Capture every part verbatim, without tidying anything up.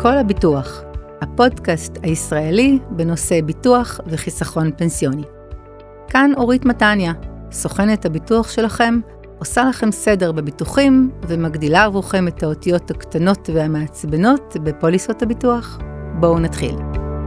כל הביטוח, הפודקאסט הישראלי בנושא ביטוח וחיסכון פנסיוני. כאן אורית מתניה, סוכנת הביטוח שלכם, עושה לכם סדר בביטוחים ומגדילה עבורכם את האותיות הקטנות והמעצבנות בפוליסות הביטוח. בואו נתחיל.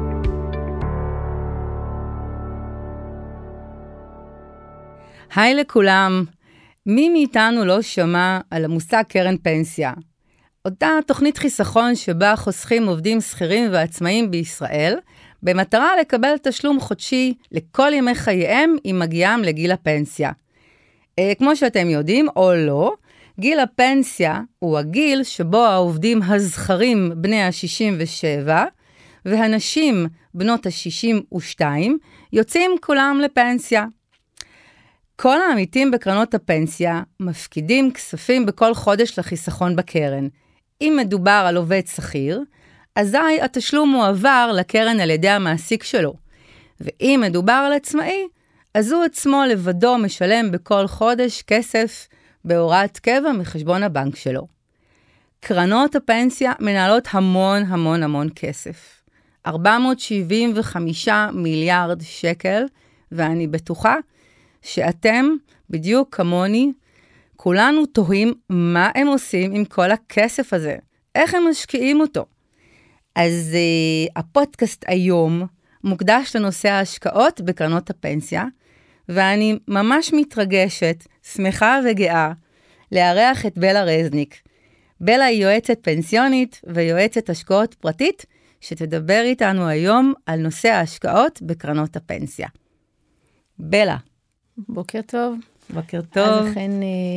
היי לכולם, מי מאיתנו לא שמע על המושג קרן פנסיה? אותה תוכנית חיסכון שבה חוסכים עובדים שכירים ועצמאים בישראל, במטרה לקבל תשלום חודשי לכל ימי חייהם עם מגיעם לגיל הפנסיה. אה, כמו שאתם יודעים או לא, גיל הפנסיה הוא הגיל שבו העובדים הזכרים בני ה-שישים ושבע, והנשים בנות ה-שישים ושתיים יוצאים כולם לפנסיה. כל העמיתים בקרנות הפנסיה מפקידים כספים בכל חודש לחיסכון בקרן. אם מדובר על עובד שכיר, אזי התשלום מועבר לקרן על ידי המעסיק שלו. ואם מדובר על עצמאי, אז הוא עצמו לבדו משלם בכל חודש כסף בהוראת קבע מחשבון הבנק שלו. קרנות הפנסיה מנהלות המון המון המון כסף. ארבע מאות שבעים וחמישה מיליארד שקל, ואני בטוחה שאתם, בדיוק כמוני, כולנו תוהים מה הם עושים עם כל הכסף הזה. איך הם משקיעים אותו? אז uh, הפודקאסט היום מוקדש לנושא ההשקעות בקרנות הפנסיה, ואני ממש מתרגשת, שמחה וגאה, לארח את בלה רזניק. בלה היא יועצת פנסיונית ויועצת השקעות פרטית, שתדבר איתנו היום על נושא ההשקעות בקרנות הפנסיה. בלה. בוקר טוב. בוקר טוב. אז לכן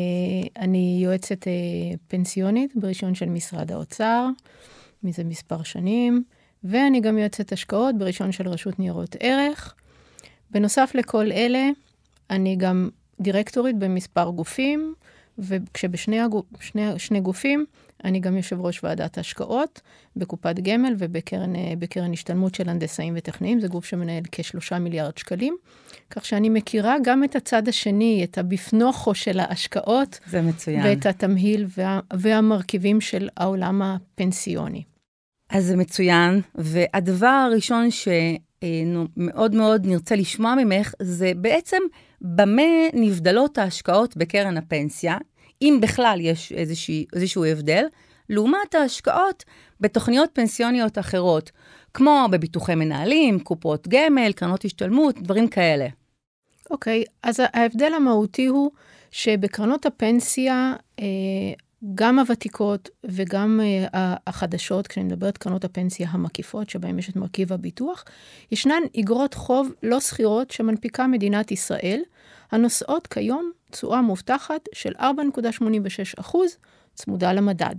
אני יועצת פנסיונית בראשון של משרד האוצר, מזה מספר שנים, ואני גם יועצת השקעות בראשון של רשות ניירות ערך. בנוסף לכל אלה, אני גם דירקטורית במספר גופים, וכשבשני הגופ, שני, שני גופים, אני גם יושב ראש ועדת השקעות, בקופת גמל ובקרן בקרן השתלמות של הנדסאים וטכנאים, זה גוף שמנהל כשלושה מיליארד שקלים, כך שאני מכירה גם את הצד השני, את הבפנוכו של ההשקעות, זה מצוין. ואת התמהיל וה, והמרכיבים של העולם הפנסיוני. אז זה מצוין, והדבר הראשון שמאוד מאוד נרצה לשמוע ממך, זה בעצם במה נבדלות ההשקעות בקרן הפנסיה, אם בכלל יש איזשהו, איזשהו הבדל, לעומת ההשקעות בתוכניות פנסיוניות אחרות, כמו בביטוחי מנהלים, קופות גמל, קרנות השתלמות, דברים כאלה. אוקיי, אז ההבדל המהותי הוא שבקרנות הפנסיה, גם הוותיקות וגם החדשות, כשאני מדברת קרנות הפנסיה המקיפות, שבהן יש את מרכיב הביטוח, ישנן אגרות חוב לא סחירות שמנפיקה מדינת ישראל, הנושאות כיום תשואה מובטחת של ארבע נקודה שמונים ושש אחוז צמודה למדד.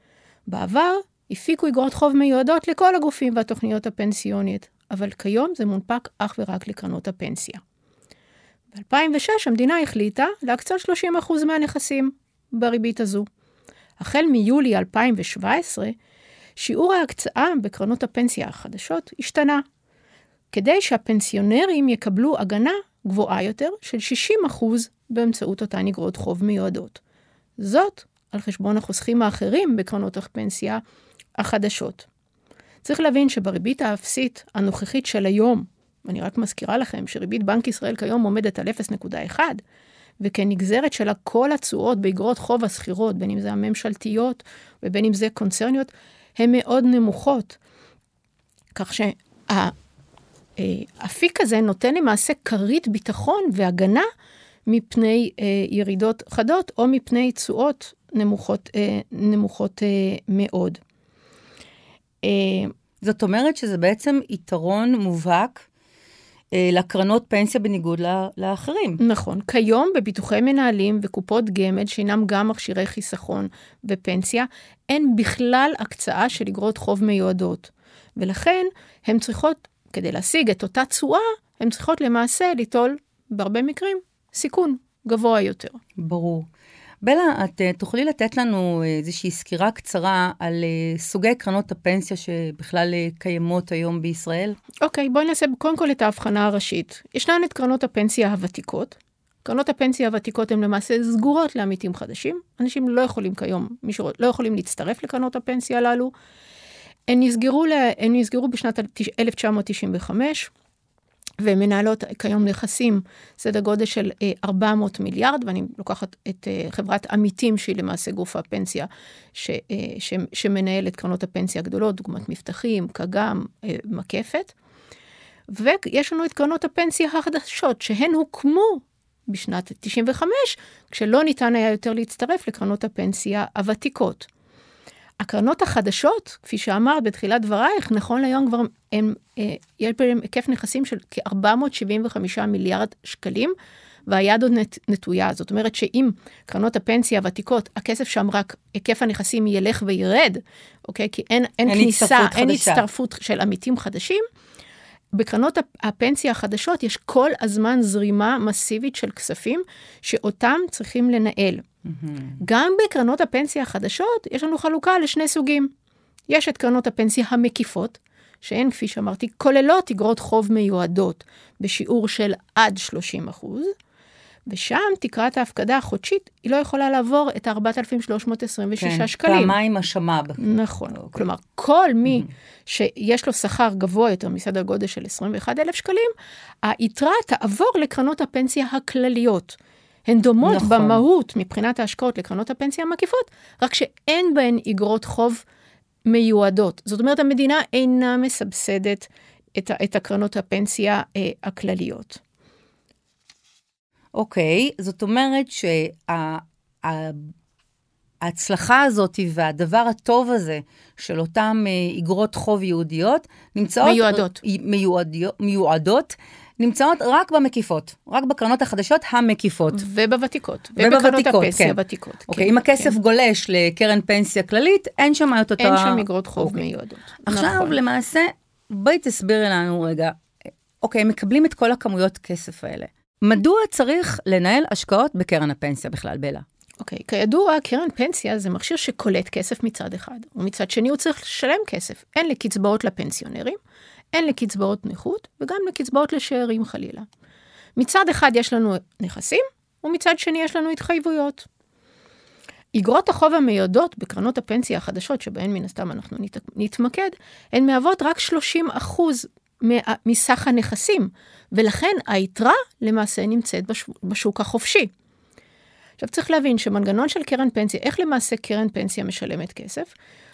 בעבר הפיקו אגרות חוב מיועדות לכל הגופים והתוכניות הפנסיוניות, אבל כיום זה מונפק אך ורק לקרנות הפנסיה. ב-אלפיים ושש המדינה החליטה להקצות שלושים אחוז מהנכסים בריבית הזו. החל מיולי אלפיים שבע עשרה, שיעור ההקצאה בקרנות הפנסיה החדשות השתנה, כדי שהפנסיונרים יקבלו הגנה גבוהה יותר של שישים אחוז באמצעות אותן אגרות חוב מיועדות. זאת על חשבון החוסכים האחרים בקרנות הפנסיה החדשות. צריך להבין שבריבית האפסית הנוכחית של היום, אני רק מזכירה לכם שריבית בנק ישראל כיום עומדת על אפס נקודה אחת, וכנגזרת שלה כל התשואות באגרות חוב הסחירות, בין אם זה הממשלתיות ובין אם זה קונצרניות, הן מאוד נמוכות. כך שהאפיק הזה נותן למעשה כרית ביטחון והגנה מפני אה, ירידות חדות או מפני תשואות נמוכות, אה, נמוכות אה, מאוד. אה, זאת אומרת שזה בעצם יתרון מובהק לקרנות פנסיה בניגוד לאחרים. נכון. כיום בביטוחי מנהלים וקופות גמל, שאינם גם מכשירי חיסכון ופנסיה, אין בכלל הקצאה של אגרות חוב מיועדות. ולכן הן צריכות, כדי להשיג את אותה תשואה, הן צריכות למעשה ליטול, בהרבה מקרים, סיכון גבוה יותר. ברור. בלה, את תוכלי לתת לנו איזושהי סקירה קצרה על סוגי קרנות הפנסיה שבכלל קיימות היום בישראל? אוקיי, בואי נעשה קודם כל את ההבחנה הראשית. ישנן את קרנות הפנסיה הוותיקות. קרנות הפנסיה הוותיקות הן למעשה סגורות לעמיתים חדשים. אנשים לא יכולים כיום, מישהו, לא יכולים להצטרף לקרנות הפנסיה הללו. הן נסגרו, הן נסגרו בשנת אלף תשע מאות תשעים וחמש, ומנהלות כיום נכסים סדר גודל של ארבע מאות מיליארד, ואני לוקחת את חברת עמיתים, שהיא למעשה גוף הפנסיה, ש, ש, שמנהל את קרנות הפנסיה הגדולות, דוגמת מבטחים, קגם, מקפת, ויש לנו את קרנות הפנסיה החדשות, שהן הוקמו בשנת תשעים וחמש, כשלא ניתן היה יותר להצטרף לקרנות הפנסיה הוותיקות. הקרנות החדשות, כפי שאמרת בתחילת דברייך, נכון להיום כבר הם, אה, יש בהם היקף נכסים של כ-ארבע מאות שבעים וחמישה מיליארד שקלים, והיד עוד נת, נטויה. זאת אומרת שאם קרנות הפנסיה הוותיקות, הכסף שם רק, היקף הנכסים ילך וירד, אוקיי? כי אין, אין, אין כניסה, הצטרפות אין חדשה. הצטרפות של עמיתים חדשים, בקרנות הפנסיה החדשות יש כל הזמן זרימה מסיבית של כספים שאותם צריכים לנהל. Mm-hmm. גם בקרנות הפנסיה החדשות יש לנו חלוקה לשני סוגים. יש את קרנות הפנסיה המקיפות, שהן, כפי שאמרתי, כוללות אגרות חוב מיועדות בשיעור של עד שלושים אחוז, ושם תקרת ההפקדה החודשית היא לא יכולה לעבור את ארבעת אלפים שלוש מאות עשרים ושישה כן, שקלים. פעמיים השמ"ב. נכון. אוקיי. כלומר, כל מי mm-hmm. שיש לו שכר גבוה יותר מסדר גודל של עשרים ואחד אלף שקלים, היתרה תעבור לקרנות הפנסיה הכלליות. הן דומות נכון. במהות מבחינת ההשקעות לקרנות הפנסיה המקיפות, רק שאין בהן אגרות חוב מיועדות. זאת אומרת, המדינה אינה מסבסדת את, את הקרנות הפנסיה אה, הכלליות. אוקיי, זאת אומרת שההצלחה הזאת והדבר הטוב הזה של אותם אגרות חוב יהודיות, נמצאות... מיועדות. מיועדות, מיועדות, נמצאות רק במקיפות, רק בקרנות החדשות המקיפות. ובוותיקות. ובקרנות הפנסיה כן. הוותיקות. אוקיי, כן, אם הכסף כן. גולש לקרן פנסיה כללית, אין שם את אותה... אין שם אגרות חוב אוקיי. מיועדות. עכשיו, נכון. למעשה, בואי תסבירי לנו רגע, אוקיי, מקבלים את כל הכמויות כסף האלה. מדוע צריך לנהל השקעות בקרן הפנסיה בכלל, בלה? אוקיי, okay, כידוע, קרן פנסיה זה מכשיר שקולט כסף מצד אחד, ומצד שני הוא צריך לשלם כסף. אין לקצבאות לפנסיונרים, אין לקצבאות נכות, וגם לקצבאות לשאירים חלילה. מצד אחד יש לנו נכסים, ומצד שני יש לנו התחייבויות. אגרות החוב המיועדות בקרנות הפנסיה החדשות, שבהן מן הסתם אנחנו נתמקד, הן מהוות רק שלושים אחוז מסך הנכסים, ולכן היתרה למעשה נמצאת בשוק החופשי. עכשיו צריך להבין שמנגנון של קרן פנסיה, איך למעשה קרן פנסיה משלמת כסף?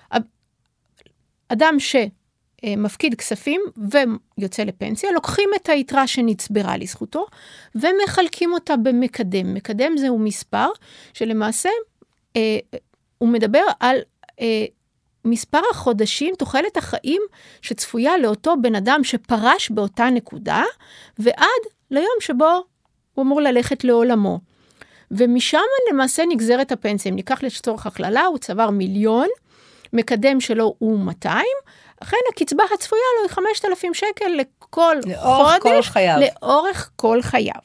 אדם שמפקיד כספים ויוצא לפנסיה, לוקחים את היתרה שנצברה לזכותו, ומחלקים אותה במקדם. מקדם זהו מספר שלמעשה אה, הוא מדבר על אה, מספר החודשים, תוחלת החיים שצפויה לאותו בן אדם שפרש באותה נקודה, ועד ליום שבו הוא אמור ללכת לעולמו. ומשם למעשה נגזרת הפנסיה. אם ניקח לצורך הכללה, הוא צבר מיליון, מקדם שלו הוא מאתיים, אכן הקצבה הצפויה לו היא חמשת אלפים שקל לכל לאורך חודש, כל חייו. לאורך כל חייו.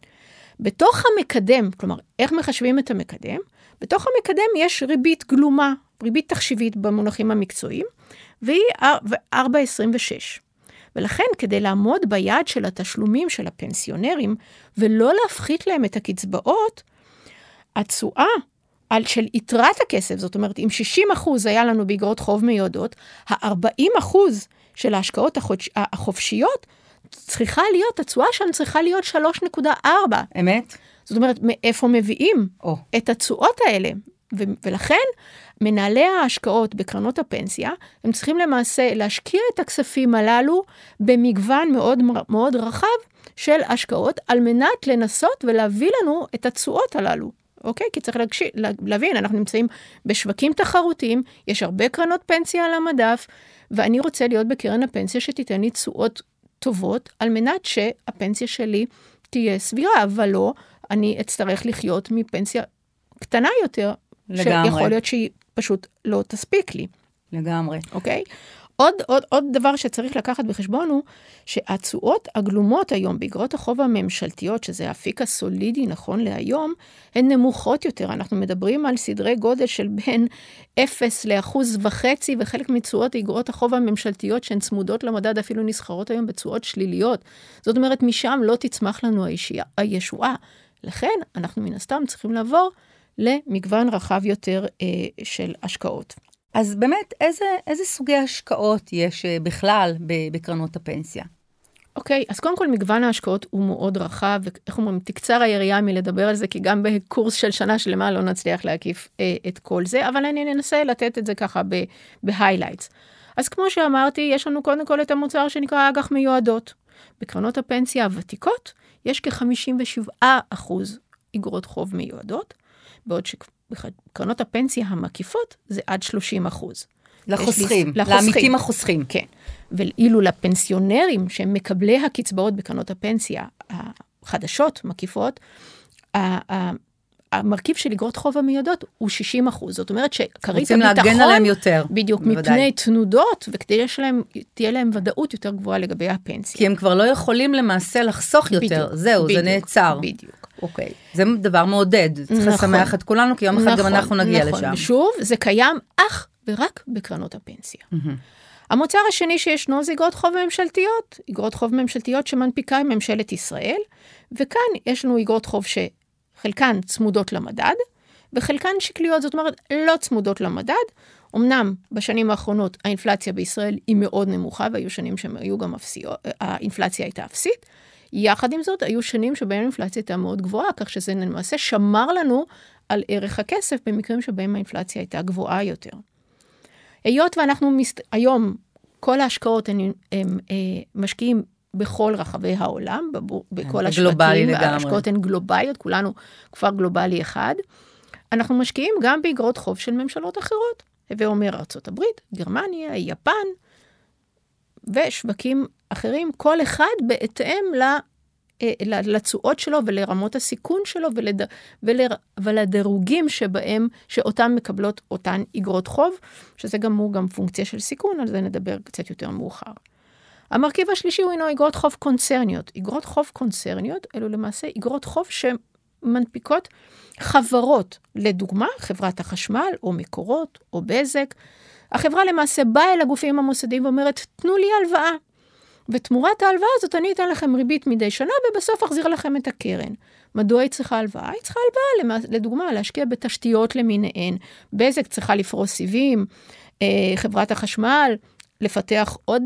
בתוך המקדם, כלומר, איך מחשבים את המקדם? בתוך המקדם יש ריבית גלומה, ריבית תחשיבית במונחים המקצועיים, והיא ארבע נקודה עשרים ושש. ולכן, כדי לעמוד ביעד של התשלומים של הפנסיונרים, ולא להפחית להם את הקצבאות, התשואה של יתרת הכסף, זאת אומרת, אם שישים אחוז היה לנו באגרות חוב מיועדות, ה-ארבעים אחוז של ההשקעות החודש, החופשיות, צריכה להיות, התשואה שם צריכה להיות שלוש נקודה ארבע. אמת? זאת אומרת, מאיפה מביאים oh. את התשואות האלה? ו- ולכן, מנהלי ההשקעות בקרנות הפנסיה, הם צריכים למעשה להשקיע את הכספים הללו במגוון מאוד מאוד רחב של השקעות, על מנת לנסות ולהביא לנו את התשואות הללו. אוקיי? כי צריך להגש... להבין, אנחנו נמצאים בשווקים תחרותיים, יש הרבה קרנות פנסיה על המדף, ואני רוצה להיות בקרן הפנסיה שתיתן לי תשואות טובות, על מנת שהפנסיה שלי תהיה סבירה, אבל לא, אני אצטרך לחיות מפנסיה קטנה יותר, לגמרי. שיכול להיות שהיא פשוט לא תספיק לי. לגמרי. אוקיי? עוד, עוד, עוד דבר שצריך לקחת בחשבון הוא, שהתשואות הגלומות היום, באגרות החוב הממשלתיות, שזה האפיק הסולידי נכון להיום, הן נמוכות יותר. אנחנו מדברים על סדרי גודל של בין אפס לאחוז וחצי, וחלק מתשואות אגרות החוב הממשלתיות, שהן צמודות למדד, אפילו נסחרות היום בתשואות שליליות. זאת אומרת, משם לא תצמח לנו הישועה. לכן, אנחנו מן הסתם צריכים לעבור למגוון רחב יותר אה, של השקעות. אז באמת, איזה, איזה סוגי השקעות יש בכלל בקרנות הפנסיה? אוקיי, אז קודם כל מגוון ההשקעות הוא מאוד רחב, ואיך אומרים, תקצר היריעה מלדבר על זה, כי גם בקורס של שנה שלמה לא נצליח להקיף אה, את כל זה, אבל אני ננסה לתת את זה ככה בהיילייטס. אז כמו שאמרתי, יש לנו קודם כל את המוצר שנקרא אג"ח מיועדות. בקרנות הפנסיה הוותיקות יש כ-חמישים ושבעה אחוז אגרות חוב מיועדות, בעוד שבקרנות הפנסיה המקיפות זה עד שלושים אחוז. לחוסכים, לעמיתים החוסכים. כן. ואילו לפנסיונרים שהם מקבלי הקצבאות בקרנות הפנסיה החדשות, מקיפות, המרכיב של אגרות חוב המיועדות הוא שישים אחוז. זאת אומרת שכרית הביטחון, רוצים להגן עליהם יותר. בדיוק, מפני תנודות, וכדי שתהיה להם ודאות יותר גבוהה לגבי הפנסיה. כי הם כבר לא יכולים למעשה לחסוך יותר. זהו, זה נעצר. בדיוק. אוקיי. זה דבר מעודד. צריך לשמח את כולנו, כי יום אחד גם אנחנו נגיע לשם. נכון, ושוב, זה קיים אך ורק בקרנות הפנסיה. המוצר השני שישנו זה אגרות חוב ממשלתיות, אגרות חוב ממשלתיות שמנפיקה ממשלת ישראל, וכאן יש לנו אגרות חוב שחלקן צמודות למדד, וחלקן שקליות, זאת אומרת לא צמודות למדד, אמנם בשנים האחרונות האינפלציה בישראל היא מאוד נמוכה, והיו שנים שהן היו גם אפסיות, האינפלציה הייתה אפסית, יחד עם זאת היו שנים שבהן האינפלציה הייתה מאוד גבוהה, כך שזה למעשה שמר לנו על ערך הכסף במקרים שבהם האינפלציה הייתה גבוהה יותר. היות ואנחנו מסת... היום, כל ההשקעות הם, הם, הם משקיעים בכל רחבי העולם, בבור... בכל השווקים, ההשקעות הן גלובליות, כולנו כבר גלובלי אחד. אנחנו משקיעים גם באגרות חוב של ממשלות אחרות, ואומר ארצות הברית, גרמניה, יפן, ושווקים אחרים, כל אחד בהתאם ל... לצועות שלו ולרמות הסיכון שלו ולד... ול... ולדירוגים שבהם, שאותן מקבלות אותן אגרות חוב, שזה גם הוא גם פונקציה של סיכון, על זה נדבר קצת יותר מאוחר. המרכיב השלישי הוא אינו אגרות חוב קונצרניות. אגרות חוב קונצרניות, אלו למעשה אגרות חוב שמנפיקות חברות, לדוגמה, חברת החשמל או מקורות או בזק. החברה למעשה באה אל הגופים המוסדיים ואומרת, תנו לי הלוואה. ותמורת ההלוואה הזאת אני אתן לכם ריבית מדי שנה, ובסוף אחזיר לכם את הקרן. מדוע היא צריכה הלוואה? היא צריכה הלוואה, לדוגמה, להשקיע בתשתיות למיניהן. בזק צריכה לפרוס סיבים, חברת החשמל, לפתח עוד,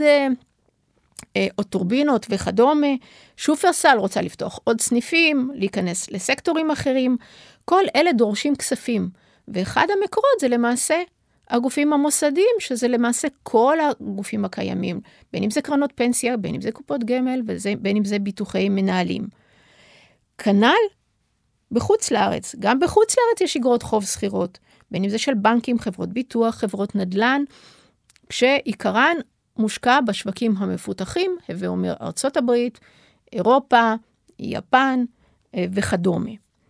עוד טורבינות וכדומה. שופרסל רוצה לפתוח עוד סניפים, להיכנס לסקטורים אחרים. כל אלה דורשים כספים. ואחד המקורות זה למעשה הגופים המוסדיים, שזה למעשה כל הגופים הקיימים, בין אם זה קרנות פנסיה, בין אם זה קופות גמל, ובין אם זה ביטוחי מנהלים. כנ"ל, בחוץ לארץ, גם בחוץ לארץ יש אגרות חוב סחירות, בין אם זה של בנקים, חברות ביטוח, חברות נדל"ן, כשעיקרן מושקע בשווקים המפותחים, הווה אומר ארצות הברית, אירופה, יפן וכדומה.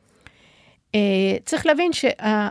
צריך להבין שה...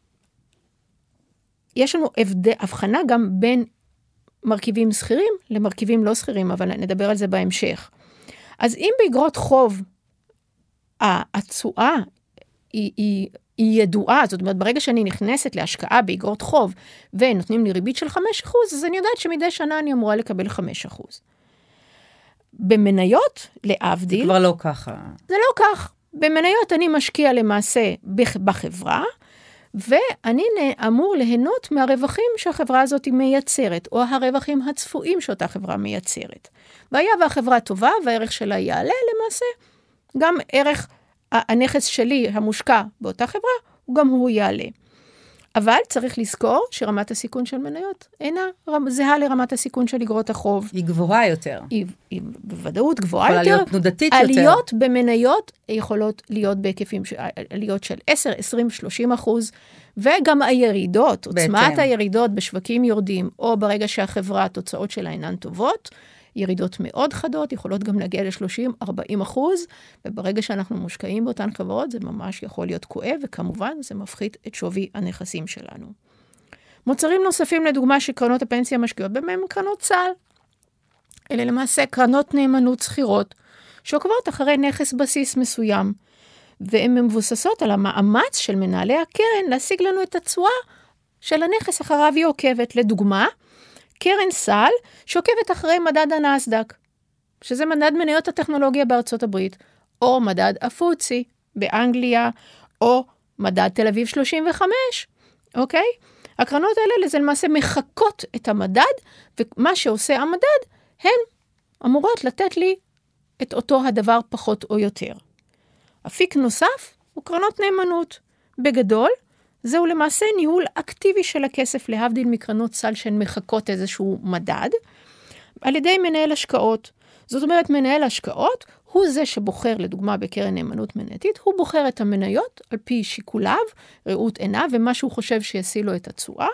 יש לנו הבחנה גם בין מרכיבים סחירים למרכיבים לא סחירים, אבל נדבר על זה בהמשך. אז אם באגרות חוב התשואה היא, היא, היא ידועה, זאת אומרת, ברגע שאני נכנסת להשקעה באגרות חוב, ונותנים לי ריבית של חמישה אחוז, אז אני יודעת שמדי שנה אני אמורה לקבל חמישה אחוז. במניות, להבדיל... זה כבר לא ככה. זה לא כך. במניות אני משקיע למעשה בחברה, ואני אמור ליהנות מהרווחים שהחברה הזאת מייצרת, או הרווחים הצפויים שאותה חברה מייצרת. והיה והחברה טובה, והערך שלה יעלה למעשה, גם ערך הנכס שלי המושקע באותה חברה, גם הוא יעלה. אבל צריך לזכור שרמת הסיכון של מניות אינה זהה לרמת הסיכון של אגרות החוב. היא גבוהה יותר. היא, היא בוודאות גבוהה יותר. יכולה להיות תנודתית יותר. עליות במניות יכולות להיות בהיקפים, עליות של עשר, עשרים, שלושים אחוז, וגם הירידות, עוצמת הירידות בשווקים יורדים, או ברגע שהחברה, התוצאות שלה אינן טובות, ירידות מאוד חדות, יכולות גם להגיע ל-שלושים עד ארבעים אחוז, וברגע שאנחנו מושקעים באותן חברות, זה ממש יכול להיות כואב, וכמובן זה מפחית את שווי הנכסים שלנו. מוצרים נוספים לדוגמה שקרנות הפנסיה משקיעות בהם קרנות צה"ל. אלה למעשה קרנות נאמנות סחירות, שעוקבות אחרי נכס בסיס מסוים, והן מבוססות על המאמץ של מנהלי הקרן להשיג לנו את התשואה של הנכס אחריו היא עוקבת. לדוגמה, קרן סל שעוקבת אחרי מדד הנסדק, שזה מדד מניות הטכנולוגיה בארצות הברית, או מדד הפוצי באנגליה, או מדד תל אביב שלושים וחמש, אוקיי? הקרנות האלה זה למעשה מחקות את המדד, ומה שעושה המדד, הן אמורות לתת לי את אותו הדבר פחות או יותר. אפיק נוסף הוא קרנות נאמנות. בגדול, זהו למעשה ניהול אקטיבי של הכסף, להבדיל מקרנות סל שהן מחקות איזשהו מדד, על ידי מנהל השקעות. זאת אומרת, מנהל השקעות הוא זה שבוחר, לדוגמה בקרן נאמנות מנהלתית, הוא בוחר את המניות על פי שיקוליו, ראות עיניו, ומה שהוא חושב שישיא לו את התשואה,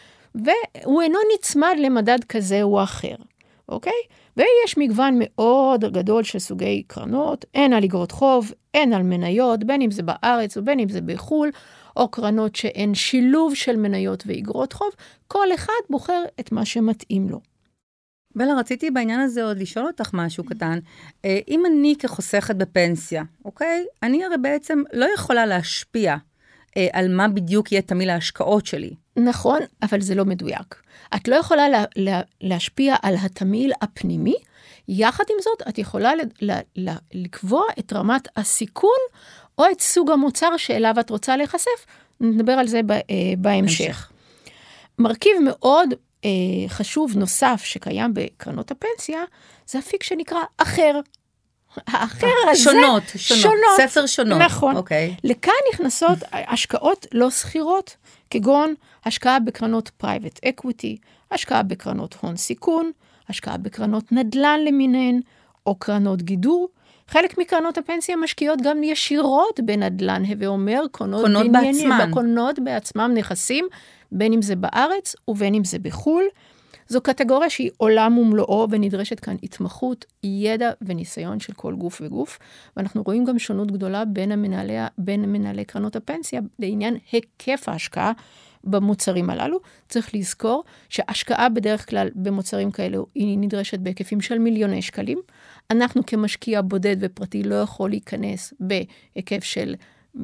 והוא אינו נצמד למדד כזה או אחר, אוקיי? ויש מגוון מאוד גדול של סוגי קרנות, אין על אגרות חוב, אין על מניות, בין אם זה בארץ או בין אם זה בחול, או קרנות שהן שילוב של מניות ואגרות חוב, כל אחד בוחר את מה שמתאים לו. בלה, רציתי בעניין הזה עוד לשאול אותך משהו קטן. אם אני כחוסכת בפנסיה, אוקיי? אני הרי בעצם לא יכולה להשפיע על מה בדיוק יהיה תמיל ההשקעות שלי. נכון, אבל זה לא מדויק. את לא יכולה לה, לה, להשפיע על התמיל הפנימי, יחד עם זאת, את יכולה ל, ל, ל, לקבוע את רמת הסיכון, או את סוג המוצר שאליו את רוצה להיחשף. נדבר על זה ב, בהמשך. המשך. מרכיב מאוד אה, חשוב נוסף שקיים בקרנות הפנסיה, זה אפיק שנקרא אחר. האחר הזה... שונות, שונות, שונות. ספר שונות. נכון. אוקיי. לכאן נכנסות השקעות לא סחירות, כגון השקעה בקרנות פרייבט אקוויטי, השקעה בקרנות הון סיכון, השקעה בקרנות נדל"ן למיניהן, או קרנות גידור. חלק מקרנות הפנסיה משקיעות גם ישירות בנדל"ן, הווה אומר, קונות, קונות בעצמן. קונות בעצמם נכסים, בין אם זה בארץ ובין אם זה בחול. זו קטגוריה שהיא עולם ומלואו, ונדרשת כאן התמחות, ידע וניסיון של כל גוף וגוף, ואנחנו רואים גם שונות גדולה בין המנהלי, בין מנהלי קרנות הפנסיה, לעניין היקף ההשקעה במוצרים הללו. צריך לזכור שהשקעה בדרך כלל במוצרים כאלו, היא נדרשת בהיקפים של מיליוני שקלים. אנחנו כמשקיע בודד ופרטי לא יכול להיכנס בהיקף של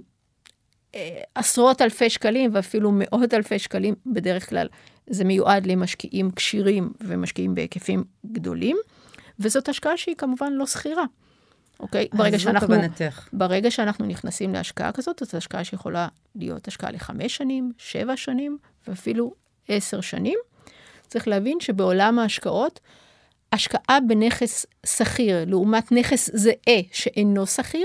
עשרות אלפי שקלים, ואפילו מאות אלפי שקלים, בדרך כלל זה מיועד למשקיעים קשירים ומשקיעים בהיקפים גדולים, וזאת השקעה שהיא כמובן לא סחירה. אוקיי? ברגע שאנחנו, ברגע שאנחנו נכנסים להשקעה כזאת, זאת השקעה שיכולה להיות השקעה לחמש שנים, שבע שנים, ואפילו עשר שנים. צריך להבין שבעולם ההשקעות, השקעה בנכס סחיר, לעומת נכס זהה שאינו סחיר,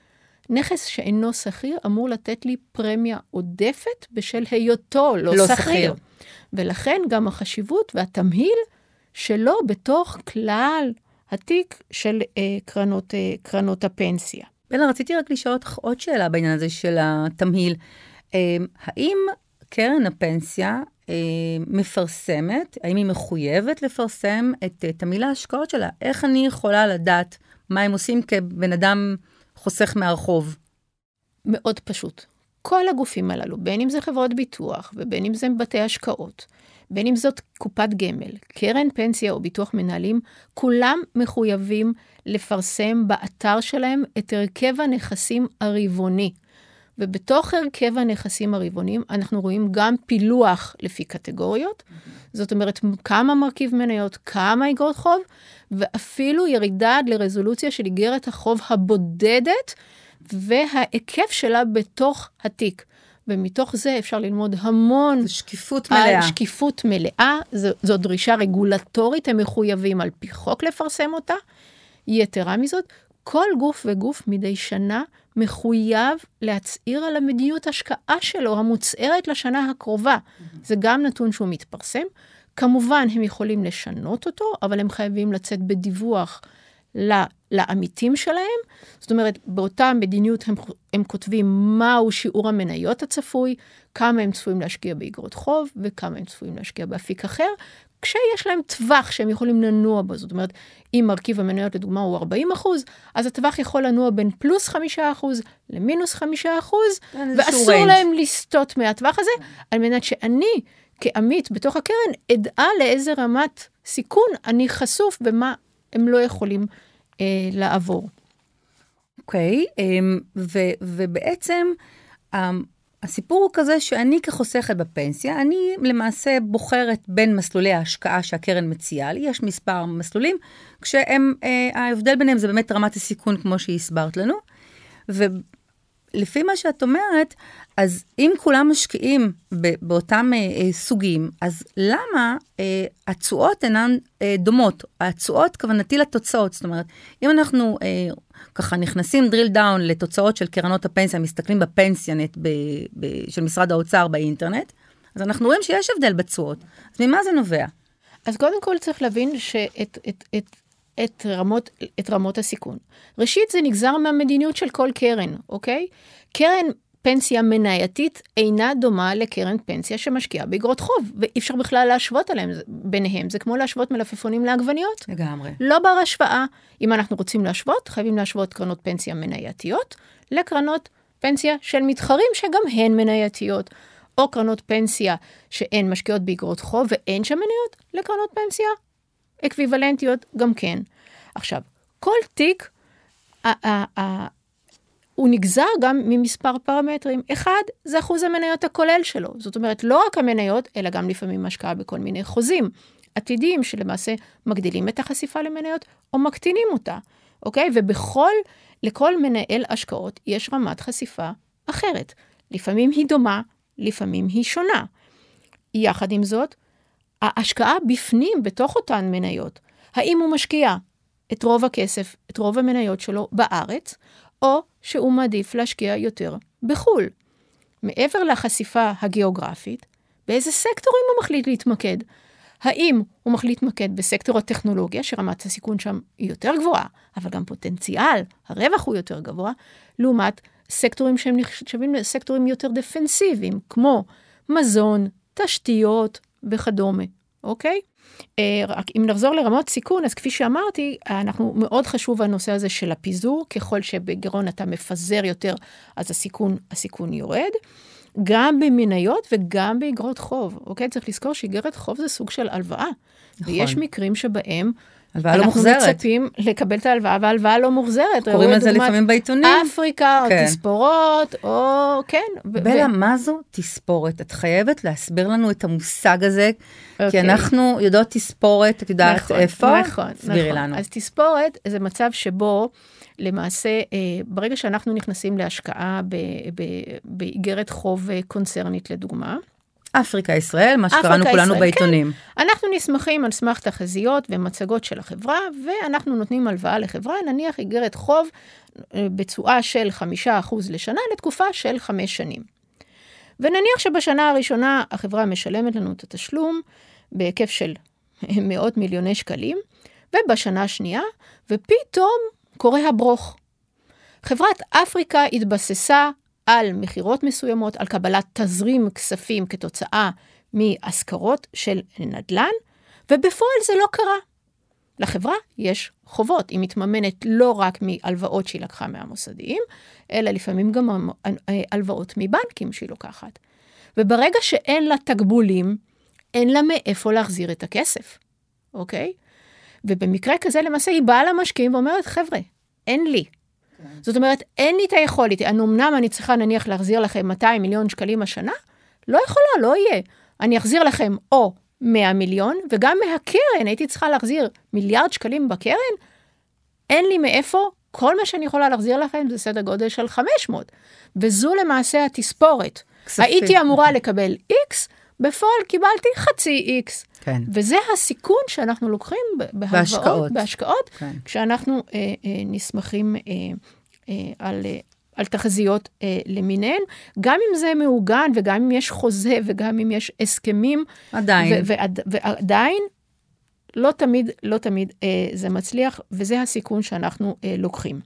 נכס שאינו סחיר אמור לתת לי פרמיה עודפת בשל היותו לא, לא סחיר. סחיר. ולכן גם החשיבות והתמהיל שלו בתוך כלל התיק של אה, קרנות, אה, קרנות הפנסיה. בלה, רציתי רק לשאול אותך עוד שאלה בעניין הזה של התמהיל. אה, האם קרן הפנסיה אה, מפרסמת, האם היא מחויבת לפרסם את אה, תמהיל ההשקעות שלה? איך אני יכולה לדעת מה הם עושים כבן אדם חוסך מהרחוב? מאוד פשוט. כל הגופים הללו, בין אם זה חברות ביטוח, ובין אם זה בתי השקעות, בין אם זאת קופת גמל, קרן פנסיה או ביטוח מנהלים, כולם מחויבים לפרסם באתר שלהם את הרכב הנכסים הרבעוני. ובתוך הרכב הנכסים הרבעוניים, אנחנו רואים גם פילוח לפי קטגוריות, זאת אומרת, כמה מרכיב מניות, כמה אגרות חוב, ואפילו ירידה לרזולוציה של איגרת החוב הבודדת, וההיקף שלה בתוך התיק. ומתוך זה אפשר ללמוד המון. זו שקיפות מלאה. שקיפות מלאה, זו, זו דרישה רגולטורית, הם מחויבים על פי חוק לפרסם אותה. יתרה מזאת, כל גוף וגוף מדי שנה מחויב להצעיר על המדיניות השקעה שלו, המוצערת לשנה הקרובה. זה גם נתון שהוא מתפרסם. כמובן, הם יכולים לשנות אותו, אבל הם חייבים לצאת בדיווח לעמיתים שלהם. זאת אומרת, באותה מדיניות הם, הם כותבים מהו שיעור המניות הצפוי, כמה הם צפויים להשקיע באגרות חוב, וכמה הם צפויים להשקיע באפיק אחר, כשיש להם טווח שהם יכולים לנוע בו. זאת אומרת, אם מרכיב המניות לדוגמה הוא ארבעים אחוז, אז הטווח יכול לנוע בין פלוס חמישה אחוז למינוס חמישה אחוז, ואסור range. להם לסטות מהטווח הזה, על מנת שאני כעמית בתוך הקרן אדעה לאיזה רמת סיכון אני חשוף במה הם לא יכולים אה, לעבור. אוקיי, okay, um, ובעצם um, הסיפור הוא כזה שאני כחוסכת בפנסיה, אני למעשה בוחרת בין מסלולי ההשקעה שהקרן מציעה לי, יש מספר מסלולים, כשהם, uh, ההבדל ביניהם זה באמת רמת הסיכון כמו שהסברת לנו, לפי מה שאת אומרת, אז אם כולם משקיעים באותם אה, סוגים, אז למה אה, התשואות אינן אה, דומות? התשואות כוונתי לתוצאות, זאת אומרת, אם אנחנו אה, ככה נכנסים drill down לתוצאות של קרנות הפנסיה, מסתכלים בפנסיונט ב, ב, של משרד האוצר באינטרנט, אז אנחנו רואים שיש הבדל בתשואות. אז ממה זה נובע? אז קודם כל צריך להבין שאת את, את, את רמות, את רמות הסיכון. ראשית, זה נגזר מהמדיניות של כל קרן, אוקיי? קרן פנסיה מנייתית אינה דומה לקרן פנסיה שמשקיעה באגרות חוב, ואי אפשר בכלל להשוות עליהם ביניהם. זה כמו להשוות מלפפונים לעגבניות. לגמרי. לא בר השוואה. אם אנחנו רוצים להשוות, חייבים להשוות קרנות פנסיה מנייתיות לקרנות פנסיה של מתחרים שגם הן מנייתיות. או קרנות פנסיה שהן משקיעות באגרות חוב ואין שם מניות, לקרנות פנסיה אקוויוולנטיות גם כן. עכשיו, כל תיק, הוא נגזר גם ממספר פרמטרים. אחד, זה אחוז המניות הכולל שלו. זאת אומרת, לא רק המניות, אלא גם לפעמים השקעה בכל מיני חוזים עתידיים, שלמעשה מגדילים את החשיפה למניות, או מקטינים אותה. אוקיי? ובכל, לכל מנהל השקעות, יש רמת חשיפה אחרת. לפעמים היא דומה, לפעמים היא שונה. יחד עם זאת, ההשקעה בפנים, בתוך אותן מניות, האם הוא משקיע את רוב הכסף, את רוב המניות שלו בארץ, או שהוא מעדיף להשקיע יותר בחול. מעבר לחשיפה הגיאוגרפית, באיזה סקטורים הוא מחליט להתמקד? האם הוא מחליט להתמקד בסקטור הטכנולוגיה, שרמת הסיכון שם היא יותר גבוהה, אבל גם פוטנציאל, הרווח הוא יותר גבוה, לעומת סקטורים שהם נחשבים לסקטורים יותר דפנסיביים, כמו מזון, תשתיות וכדומה, אוקיי? רק אם נחזור לרמות סיכון, אז כפי שאמרתי, אנחנו מאוד חשוב הנושא הזה של הפיזור, ככל שבגירעון אתה מפזר יותר, אז הסיכון, הסיכון יורד, גם במניות וגם באגרות חוב, אוקיי? צריך לזכור שאיגרת חוב זה סוג של הלוואה, נכון. ויש מקרים שבהם הלוואה לא מוחזרת. אנחנו מצפים לקבל את ההלוואה, וההלוואה לא מוחזרת. קוראים לזה לפעמים בעיתונים. אפריקה, כן. או תספורות, או כן. בלה, ו... מה זו תספורת? את חייבת להסביר לנו את המושג הזה, okay. כי אנחנו יודעות תספורת, את יודעת נכון, איפה? נכון, סבירי נכון. לנו. אז תספורת זה מצב שבו, למעשה, ברגע שאנחנו נכנסים להשקעה באיגרת חוב קונצרנית לדוגמה, אפריקה ישראל, מה שקראנו כולנו ישראל, בעיתונים. כן. אנחנו נסמכים על סמך תחזיות ומצגות של החברה, ואנחנו נותנים הלוואה לחברה, נניח איגרת חוב בתשואה של חמישה אחוז לשנה, לתקופה של חמש שנים. ונניח שבשנה הראשונה החברה משלמת לנו את התשלום, בהיקף של מאות מיליוני שקלים, ובשנה השנייה, ופתאום קורה הברוך. חברת אפריקה התבססה על מחירות מסוימות, על קבלת תזרים כספים כתוצאה מהשכרות של נדל"ן, ובפועל זה לא קרה. לחברה יש חובות, היא מתממנת לא רק מהלוואות שהיא לקחה מהמוסדיים, אלא לפעמים גם הלוואות מבנקים שהיא לוקחת. וברגע שאין לה תגבולים, אין לה מאיפה להחזיר את הכסף, אוקיי? ובמקרה כזה למעשה היא באה למשקיעים ואומרת, חבר'ה, אין לי. זאת אומרת, אין לי את היכולת, אני אמנם אני צריכה נניח להחזיר לכם מאתיים מיליון שקלים השנה, לא יכולה, לא יהיה. אני אחזיר לכם או מאה מיליון, וגם מהקרן הייתי צריכה להחזיר מיליארד שקלים בקרן, אין לי מאיפה, כל מה שאני יכולה להחזיר לכם זה סדר גודל של חמש מאות, וזו למעשה התספורת. כספים. הייתי אמורה לקבל X, בפועל קיבלתי חצי X. כן. וזה הסיכון שאנחנו לוקחים בהשקעות, בהשקעות כן. כשאנחנו אה, אה, נסמכים אה, אה, על, אה, על תחזיות אה, למיניהן, גם אם זה מעוגן וגם אם יש חוזה וגם אם יש הסכמים, עדיין. ו- ועד, ועדיין לא תמיד, לא תמיד אה, זה מצליח, וזה הסיכון שאנחנו אה, לוקחים.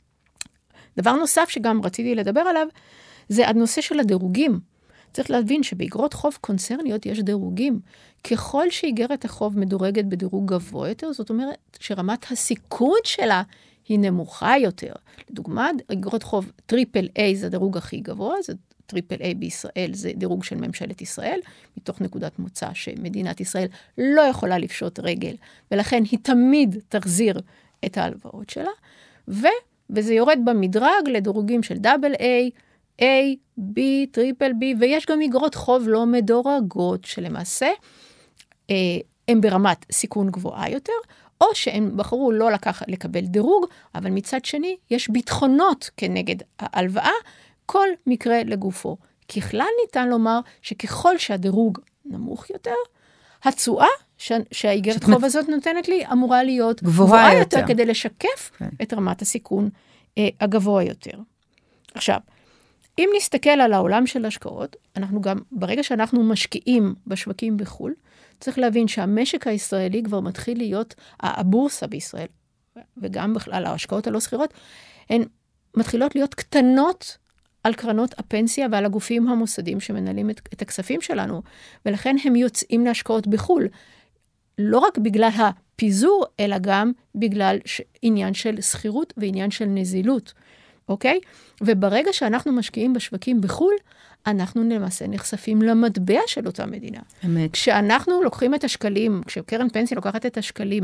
דבר נוסף שגם רציתי לדבר עליו, זה הנושא של הדירוגים. צריך להבין שבאגרות חוב קונצרניות יש דירוגים. ככל שאיגרת החוב מדורגת בדירוג גבוה יותר, זאת אומרת שרמת הסיכון שלה היא נמוכה יותר. לדוגמה, אגרות חוב טריפל איי זה הדירוג הכי גבוה, זה טריפל איי בישראל, זה דירוג של ממשלת ישראל, מתוך נקודת מוצא שמדינת ישראל לא יכולה לפשוט רגל, ולכן היא תמיד תחזיר את ההלוואות שלה, ו, וזה יורד במדרג לדירוגים של דאבל איי, A, B, טריפל B, ויש גם אגרות חוב לא מדורגות, שלמעשה אה, הם ברמת סיכון גבוהה יותר, או שהם בחרו לא לקח, לקבל דירוג, אבל מצד שני יש ביטחונות כנגד ההלוואה, כל מקרה לגופו. ככלל ניתן לומר שככל שהדירוג נמוך יותר, התשואה שהאיגרת חוב הזאת נותנת לי אמורה להיות גבוהה יותר, כדי לשקף את רמת הסיכון הגבוה יותר. עכשיו, אם נסתכל על העולם של השקעות, אנחנו גם, ברגע שאנחנו משקיעים בשווקים בחול, צריך להבין שהמשק הישראלי כבר מתחיל להיות, הבורסה בישראל, וגם בכלל ההשקעות הלא סחירות, הן מתחילות להיות קטנות על קרנות הפנסיה ועל הגופים המוסדיים שמנהלים את, את הכספים שלנו, ולכן הם יוצאים להשקעות בחול, לא רק בגלל הפיזור, אלא גם בגלל עניין של סחירות ועניין של נזילות. אוקיי? וברגע שאנחנו משקיעים בשווקים בחול, אנחנו למעשה נחשפים למטבע של אותה מדינה. אמת. כשאנחנו לוקחים את השקלים, כשקרן פנסיה לוקחת את השקלים,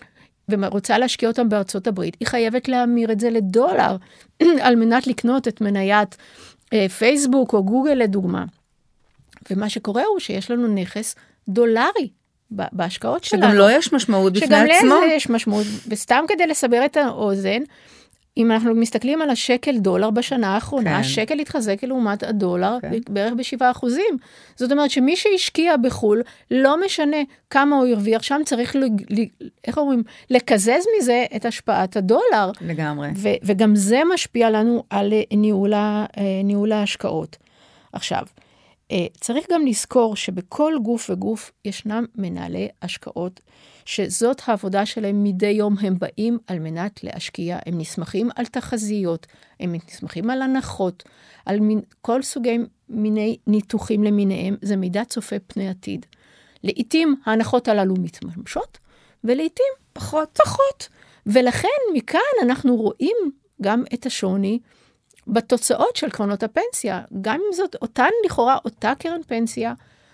ורוצה להשקיע אותם בארצות הברית, היא חייבת להמיר את זה לדולר, על מנת לקנות את מניית אה, פייסבוק או גוגל לדוגמה. ומה שקורה הוא שיש לנו נכס דולרי בהשקעות שלנו. שגם לא יש משמעות בפני עצמו. שגם לזה יש משמעות, וסתם כדי לסבר את האוזן, אם אנחנו מסתכלים על השקל דולר בשנה האחרונה, כן. השקל התחזק לעומת הדולר כן. בערך בשבעה אחוזים. זאת אומרת שמי שהשקיע בחול, לא משנה כמה הוא הרוויח, שם צריך, איך אומרים, לקזז מזה את השפעת הדולר. לגמרי. ו- וגם זה משפיע לנו על ניהול, ניהול ההשקעות. עכשיו, צריך גם לזכור שבכל גוף וגוף ישנם מנהלי השקעות, שזאת העבודה שלהם מדי יום, הם באים על מנת להשקיע, הם נסמכים על תחזיות, הם נסמכים על הנחות, על מין, כל סוגי מיני ניתוחים למיניהם, זה מידע צופה פני עתיד. לעתים ההנחות הללו מתממשות, ולעתים פחות פחות. ולכן מכאן אנחנו רואים גם את השוני, בתוצאות של קרנות הפנסיה, גם אם זאת אותן לכאורה, אותה קרן פנסיה,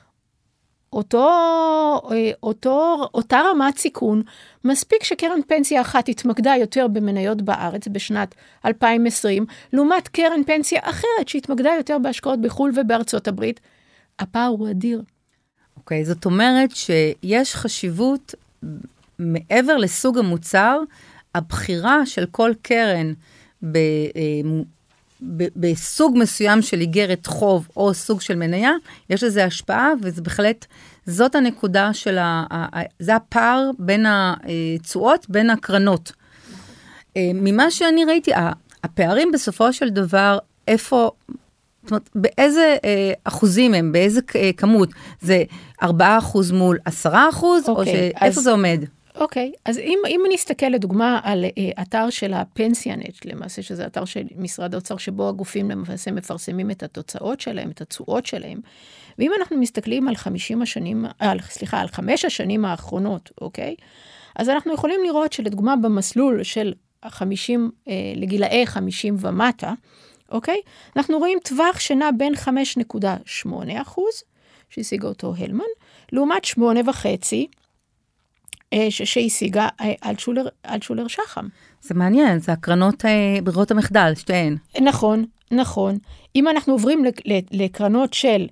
אותו, אותו, אותה רמת סיכון, מספיק שקרן פנסיה אחת התמקדה יותר במניות בארץ בשנת אלפיים ועשרים, לעומת קרן פנסיה אחרת שהתמקדה יותר בהשקעות בחול ובארצות הברית, הפער הוא אדיר. אוקיי, זאת אומרת שיש חשיבות מעבר לסוג המוצר, הבחירה של כל קרן ב... בסוג מסוים של איגרת חוב או סוג של מניה, יש לזה השפעה, וזה בהחלט, זאת הנקודה של ה... זה הפער בין התשואות, בין הקרנות. ממה שאני ראיתי, הפערים בסופו של דבר, איפה, זאת אומרת, באיזה אחוזים הם, באיזה כמות, זה ארבעה אחוז מול עשרה אחוז, או שאיפה זה עומד? אוקיי, אז אם, אם נסתכל לדוגמה על אה, אתר של הפנסיונט, למעשה שזה אתר של משרד האוצר, שבו הגופים למעשה מפרסמים את התוצאות שלהם, את התשואות שלהם, ואם אנחנו מסתכלים על חמישים השנים, על, סליחה, על חמש השנים האחרונות, אוקיי? אז אנחנו יכולים לראות שלדוגמה במסלול של חמישים, אה, לגילאי חמישים ומטה, אוקיי? אנחנו רואים טווח שנע בין חמש נקודה שמונה אחוז, שהשיגה אותו הלמן, לעומת שמונה וחצי, שהשיגה אלטשולר, אלטשולר שחם. זה מעניין, זה הקרנות ברירות המחדל, שתיהן. נכון, נכון. אם אנחנו עוברים לקרנות של,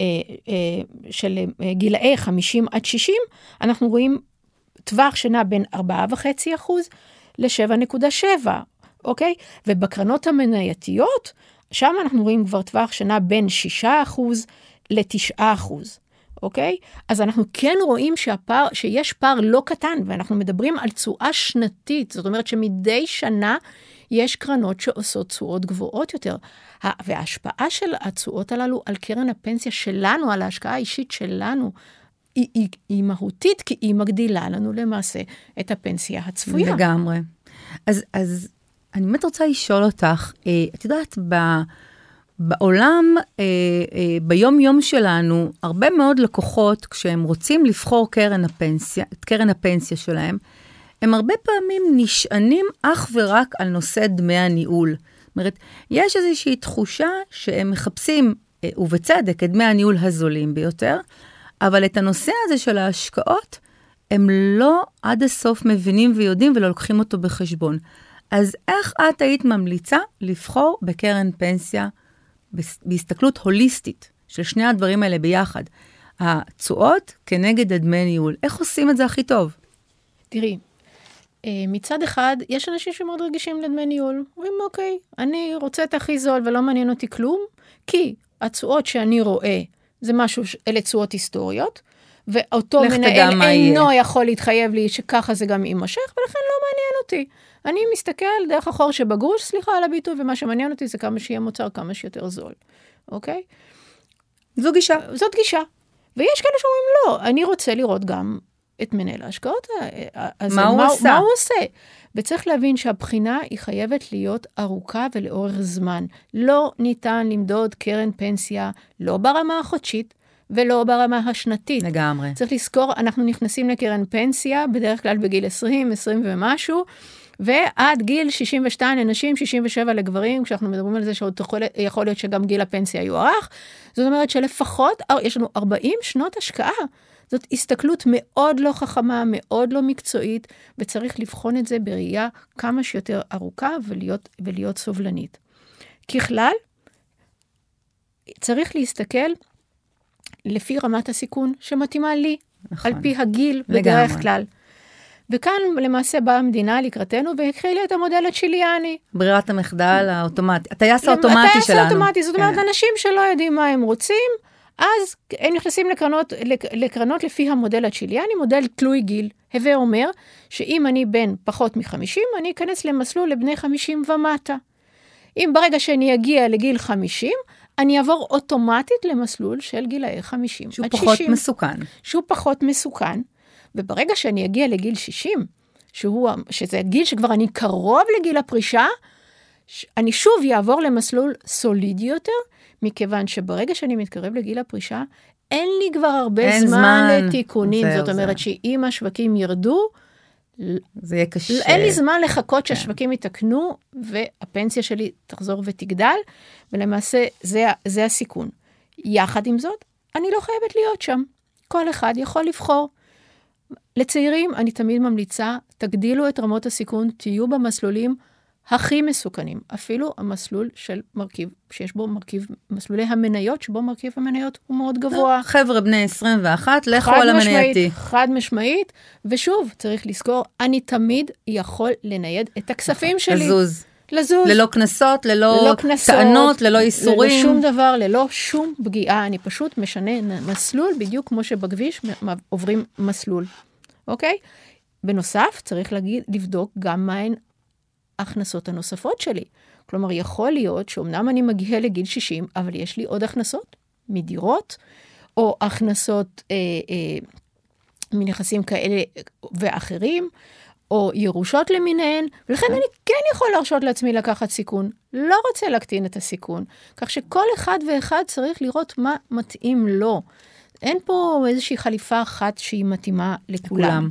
של גילאי חמישים עד שישים, אנחנו רואים טווח שנע בין ארבעה וחצי אחוז ל-שבע נקודה שבע, אוקיי? ובקרנות המנייתיות, שם אנחנו רואים כבר טווח שנע בין שישה אחוז ל-תשעה אחוז. אוקיי? אז אנחנו כן רואים שהפער, שיש פער לא קטן, ואנחנו מדברים על תשואה שנתית, זאת אומרת שמדי שנה יש קרנות שעושות תשואות גבוהות יותר, וההשפעה של התשואות הללו על קרן הפנסיה שלנו, על ההשקעה האישית שלנו, היא, היא, היא מהותית, כי היא מגדילה לנו למעשה את הפנסיה הצפויה. לגמרי. אז, אז אני באמת רוצה לשאול אותך, את יודעת, ב... בעולם, אה, אה, ביום יום שלנו, הרבה מאוד לקוחות, כשהם רוצים לבחור קרן הפנסיה, את קרן הפנסיה שלהם, הם הרבה פעמים נשענים אך ורק על נושא דמי הניהול. זאת אומרת, יש איזושהי תחושה שהם מחפשים, אה, ובצדק, את דמי הניהול הזולים ביותר, אבל את הנושא הזה של ההשקעות, הם לא עד הסוף מבינים ויודעים ולא לוקחים אותו בחשבון. אז איך את היית ממליצה לבחור בקרן פנסיה בהסתכלות הוליסטית של שני הדברים האלה ביחד, התשואות כנגד הדמי ניהול. איך עושים את זה הכי טוב? תראי, מצד אחד, יש אנשים שמאוד רגישים לדמי ניהול. אומרים, אוקיי, אני רוצה את הכי זול ולא מעניין אותי כלום, כי התשואות שאני רואה, זה משהו, אלה תשואות היסטוריות, ואותו מנהל אינו יכול להתחייב לי שככה זה גם יימשך, ולכן לא מעניין אותי. אני מסתכל דרך החור שבגרוש, סליחה על הביטוי, ומה שמעניין אותי זה כמה שיהיה מוצר, כמה שיותר זול. אוקיי? זו גישה. זאת גישה. ויש כאלה שאומרים, לא, אני רוצה לראות גם את מנהל ההשקעות. מה הוא עושה? מה הוא עושה? וצריך להבין שהבחינה היא חייבת להיות ארוכה ולאורך זמן. לא ניתן למדוד קרן פנסיה, לא ברמה החודשית, ולא ברמה השנתית. לגמרי. צריך לזכור, אנחנו נכנסים לקרן פנסיה, בדרך כלל בגיל עשרים, עשרים ומשהו, ועד גיל שישים ושתיים לנשים, שישים ושבע לגברים, כשאנחנו מדברים על זה שעוד יכול, יכול להיות שגם גיל הפנסיה יוארך, זאת אומרת שלפחות, יש לנו ארבעים שנות השקעה, זאת הסתכלות מאוד לא חכמה, מאוד לא מקצועית, וצריך לבחון את זה בראייה כמה שיותר ארוכה, ולהיות, ולהיות סובלנית. ככלל, צריך להסתכל לפי רמת הסיכון שמתאימה לי, נכון. על פי הגיל לגמרי. בדרך כלל. וכאן למעשה באה המדינה לקראתנו, והקחילה את המודל הצ'יליאני. ברירת המחדל האוטומטי, הטייס האוטומטי הטייס שלנו. הטייס האוטומטי, זאת אומרת, אנשים שלא יודעים מה הם רוצים, אז הם נכנסים לקרנות, לקרנות לפי המודל הצ'יליאני, מודל תלוי גיל. הווה אומר, שאם אני בן פחות מ-חמישים, אני אכנס למסלול לבני חמישים ומטה. אם ברגע שאני אגיע לגיל חמישים, אני אעבור אוטומטית למסלול של גילאי חמישים. שהוא פחות שישים, מסוכן. שהוא פחות מסוכן. וברגע שאני אגיע לגיל שישים, שהוא, שזה הגיל שכבר אני קרוב לגיל הפרישה, אני שוב יעבור למסלול סולידי יותר, מכיוון שברגע שאני מתקרב לגיל הפרישה, אין לי כבר הרבה זמן, זמן לתיקונים. זאת אומרת זה. שאם השווקים ירדו, זה יהיה קשה. אין לי זמן לחכות שהשווקים יתקנו, והפנסיה שלי תחזור ותגדל, ולמעשה זה, זה הסיכון. יחד עם זאת, אני לא חייבת להיות שם. כל אחד יכול לבחור. לצעירים, אני תמיד ממליצה, תגדילו את רמות הסיכון, תהיו במסלולים הכי מסוכנים. אפילו המסלול של מרכיב, שיש בו מרכיב, מסלולי המניות, שבו מרכיב המניות הוא מאוד גבוה. חבר'ה בני עשרים ואחת, לכו על המנייתי. חד משמעית, ושוב, צריך לזכור, אני תמיד יכול לנייד את הכספים שלי. לזוז. לזוז. ללא כנסות, ללא טענות, ללא איסורים. ללא שום דבר, ללא שום פגיעה. אני פשוט משנה מסלול, בדיוק כמו שבכביש עוברים מסלול. אוקיי? בנוסף, צריך להגיד, לבדוק גם מהן ההכנסות הנוספות שלי. כלומר, יכול להיות שאומנם אני מגיעה לגיל שישים, אבל יש לי עוד הכנסות מדירות, או הכנסות אה, אה, מנכסים כאלה ואחרים, או ירושות למיניהן, ולכן אני כן יכול להרשות לעצמי לקחת סיכון. לא רוצה להקטין את הסיכון. כך שכל אחד ואחד צריך לראות מה מתאים לו. אין פה איזושהי חליפה אחת שהיא מתאימה לכולם. לכולם.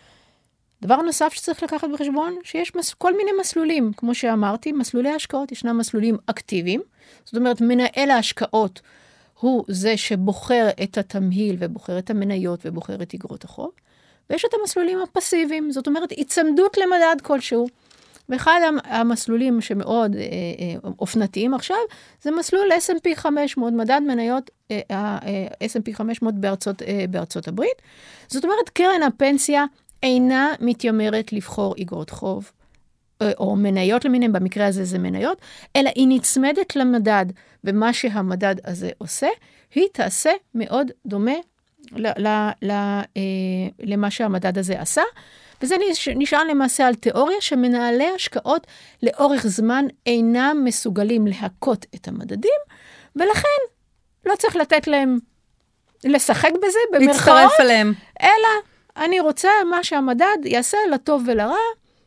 דבר נוסף שצריך לקחת בחשבון, שיש מס, כל מיני מסלולים. כמו שאמרתי, מסלולי ההשקעות, ישנם מסלולים אקטיביים. זאת אומרת, מנהל ההשקעות הוא זה שבוחר את התמהיל, ובוחר את המניות, ובוחר את אגרות החוב. ויש את המסלולים הפסיביים, זאת אומרת, הצמדות למדד כלשהו. ואחד המסלולים שמאוד אה, אה, אופנתיים עכשיו, זה מסלול אס אנד פי חמש מאות, מדד מניות אה, אה, אס אנד פי חמש מאות בארצות, אה, בארצות הברית. זאת אומרת, קרן הפנסיה אינה מתיימרת לבחור אגרות חוב, אה, או מניות למיניהם, במקרה הזה זה מניות, אלא היא נצמדת למדד, ומה שהמדד הזה עושה, היא תעשה מאוד דומה ל, ל, ל, אה, למה שהמדד הזה עשה, וזה נשאר למעשה על תיאוריה שמנהלי השקעות לאורך זמן אינם מסוגלים להכות את המדדים, ולכן לא צריך לתת להם לשחק בזה במרכאות, להצטרף אליהם. אלא אני רוצה מה שהמדד יעשה לטוב ולרע,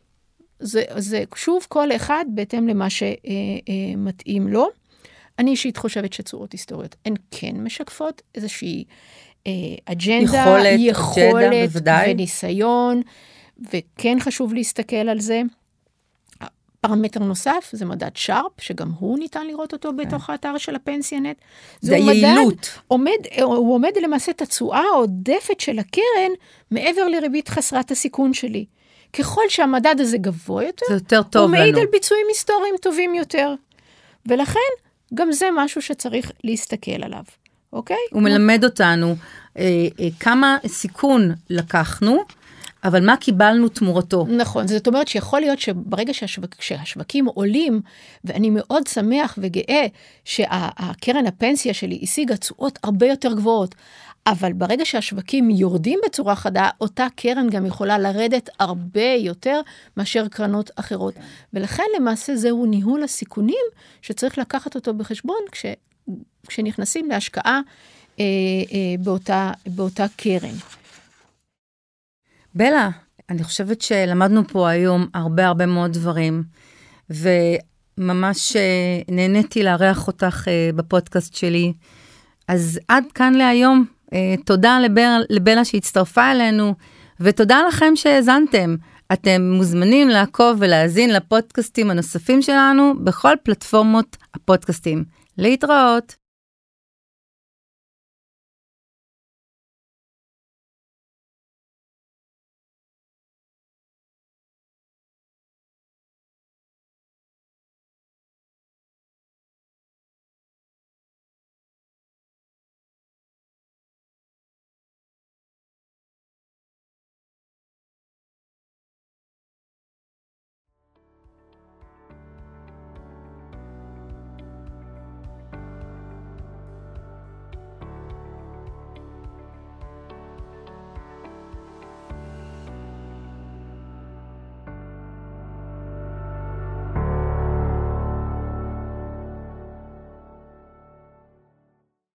זה, זה שוב כל אחד בהתאם למה שמתאים לו. אני אישית חושבת שצורות היסטוריות הן כן משקפות איזושהי אג'נדה, יכולת, יכולת אג'נדה, וניסיון, וכן חשוב להסתכל על זה. פרמטר נוסף, זה מדד שרפ, שגם הוא ניתן לראות אותו בתוך האתר של הפנסיונט. זה היעילות. עומד, הוא עומד למעשה את התשואה העודפת של הקרן, מעבר לריבית חסרת הסיכון שלי. ככל שהמדד הזה גבוה יותר, זה יותר טוב הוא מעיד לנו. על ביצועים היסטוריים טובים יותר. ולכן, גם זה משהו שצריך להסתכל עליו. אוקיי? הוא מלמד אותנו אה, אה, כמה סיכון לקחנו, אבל מה קיבלנו תמורתו? נכון, זאת אומרת שיכול להיות שברגע שהשווק, שהשווקים עולים, ואני מאוד שמח וגאה שהקרן הפנסיה שלי השיגה תשואות הרבה יותר גבוהות, אבל ברגע שהשווקים יורדים בצורה חדה, אותה קרן גם יכולה לרדת הרבה יותר מאשר קרנות אחרות. ולכן למעשה זהו ניהול הסיכונים שצריך לקחת אותו בחשבון כש, כשנכנסים להשקעה אה, אה, באותה, באותה קרן. בלה, אני חושבת שלמדנו פה היום הרבה הרבה מאוד דברים, וממש נהניתי לארח אותך בפודקאסט שלי. אז עד כאן להיום. תודה לבל, לבלה שהצטרפה אלינו, ותודה לכם שהאזנתם. אתם מוזמנים לעקוב ולהאזין לפודקאסטים הנוספים שלנו בכל פלטפורמות הפודקאסטים. להתראות.